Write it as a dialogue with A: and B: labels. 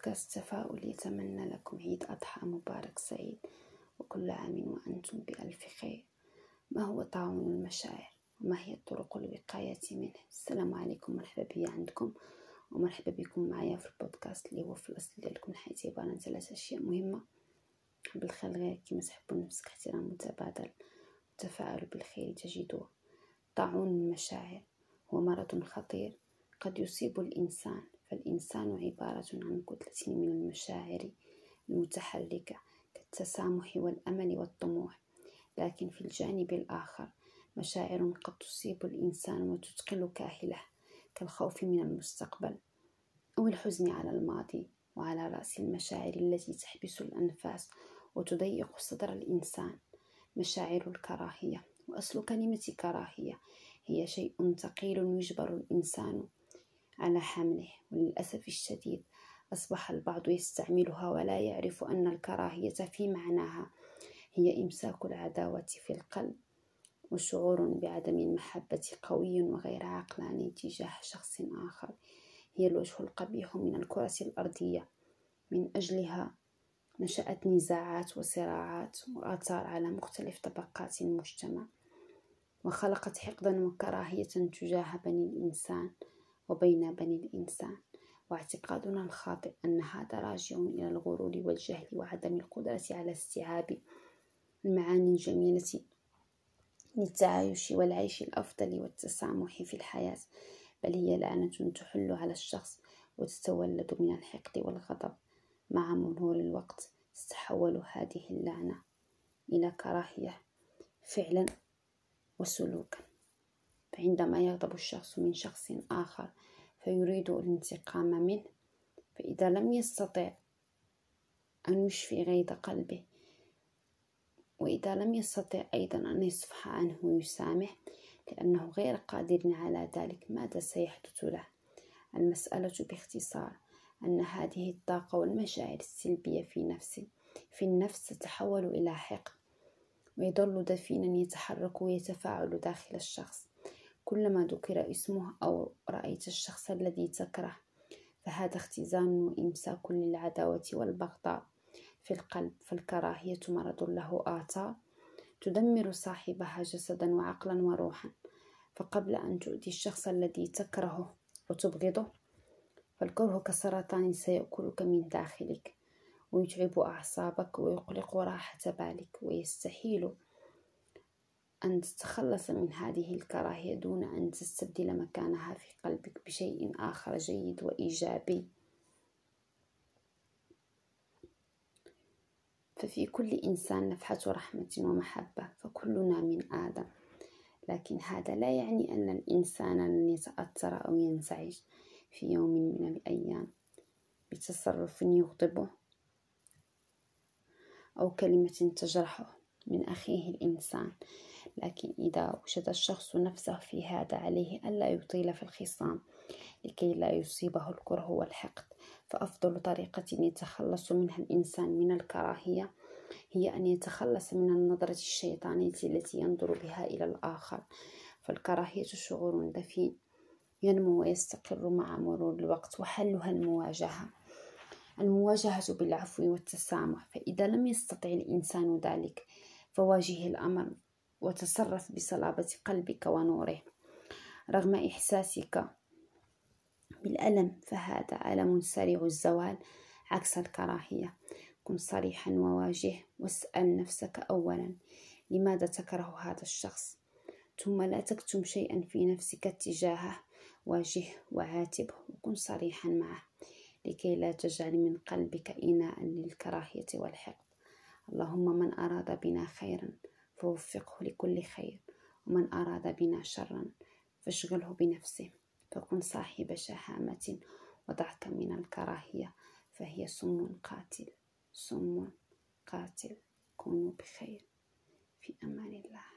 A: بودكاست تفاؤل يتمنى لكم عيد أضحى مبارك سعيد، وكل عام وأنتم بألف خير. ما هو طاعون المشاعر وما هي طرق الوقاية منه؟ السلام عليكم، مرحبا بي عندكم ومرحبا بكم معايا في البودكاست اللي هو في الأصل ديالكم الحياة عبارة عن 3 أشياء مهمة: حب الخير غير كما تحب نفسك، احترام متبادل، وتفاعل بالخير تجدوه. طاعون المشاعر هو مرض خطير قد يصيب الإنسان، فالإنسان عبارة عن كتلة من المشاعر المتحركة كالتسامح والأمل والطموح، لكن في الجانب الآخر مشاعر قد تصيب الإنسان وتثقل كاهله كالخوف من المستقبل أو الحزن على الماضي. وعلى رأس المشاعر التي تحبس الأنفاس وتضيق صدر الإنسان مشاعر الكراهية. وأصل كلمة كراهية هي شيء ثقيل يجبر الإنسان على حمله، وللأسف الشديد أصبح البعض يستعملها ولا يعرف أن الكراهية في معناها هي إمساك العداوة في القلب وشعور بعدم المحبة قوي وغير عقلاني تجاه شخص آخر. هي الوجه القبيح من الكرة الأرضية، من أجلها نشأت نزاعات وصراعات وآثار على مختلف طبقات المجتمع، وخلقت حقدا وكراهية تجاه بني الإنسان وبين بني الإنسان. واعتقادنا الخاطئ أن هذا راجع إلى الغرور والجهل وعدم القدرة على استيعاب المعاني الجميلة للتعايش والعيش الأفضل والتسامح في الحياة، بل هي لعنة تحل على الشخص وتتولد من الحقد والغضب. مع مرور الوقت تتحول هذه اللعنة إلى كراهية فعلا وسلوكا، فعندما يغضب الشخص من شخص آخر فيريد الانتقام منه، فإذا لم يستطع أن يشفي غيظ قلبه، وإذا لم يستطع أيضا أن يصفح عنه ويسامح لأنه غير قادر على ذلك، ماذا سيحدث له؟ المسألة باختصار أن هذه الطاقة والمشاعر السلبية في النفس تتحول إلى حقد، ويظل دفينا يتحرك ويتفاعل داخل الشخص. كلما ذكر اسمه أو رأيت الشخص الذي تكره فهذا اختزان وإمساك للعداوة والبغضاء في القلب. فالكراهية مرض له آثار تدمر صاحبها جسدا وعقلا وروحا، فقبل أن تؤذي الشخص الذي تكرهه وتبغضه فالكره كسرطان سيأكلك من داخلك ويتعب أعصابك ويقلق راحة بالك، ويستحيل أن تتخلص من هذه الكراهية دون أن تستبدل مكانها في قلبك بشيء آخر جيد وإيجابي. ففي كل إنسان نفحة رحمة ومحبة، فكلنا من آدم، لكن هذا لا يعني أن الإنسان لن يتأثر أو ينزعج في يوم من الأيام بتصرف يغضبه أو كلمة تجرحه من أخيه الإنسان. لكن إذا وجد الشخص نفسه في هذا عليه ألا يطيل في الخصام لكي لا يصيبه الكره والحقد. فأفضل طريقة يتخلص منها الإنسان من الكراهية هي أن يتخلص من النظرة الشيطانية التي ينظر بها إلى الآخر. فالكراهية شعور دفين ينمو ويستقر مع مرور الوقت، وحلها المواجهة بالعفو والتسامح. فإذا لم يستطع الإنسان ذلك فواجه الأمر وتصرف بصلابة قلبك ونوره رغم إحساسك بالألم، فهذا ألم سريع الزوال عكس الكراهية. كن صريحا وواجه، واسأل نفسك أولا لماذا تكره هذا الشخص، ثم لا تكتم شيئا في نفسك اتجاهه، واجهه وعاتبه وكن صريحا معه لكي لا تجعل من قلبك إناء للكراهية والحقد. اللهم من أراد بنا خيرا فوفقه لكل خير، ومن أراد بنا شرا فاشغله بنفسه. فكن صاحب شهامة وضعك من الكراهية، فهي سم قاتل. كونوا بخير، في أمان الله.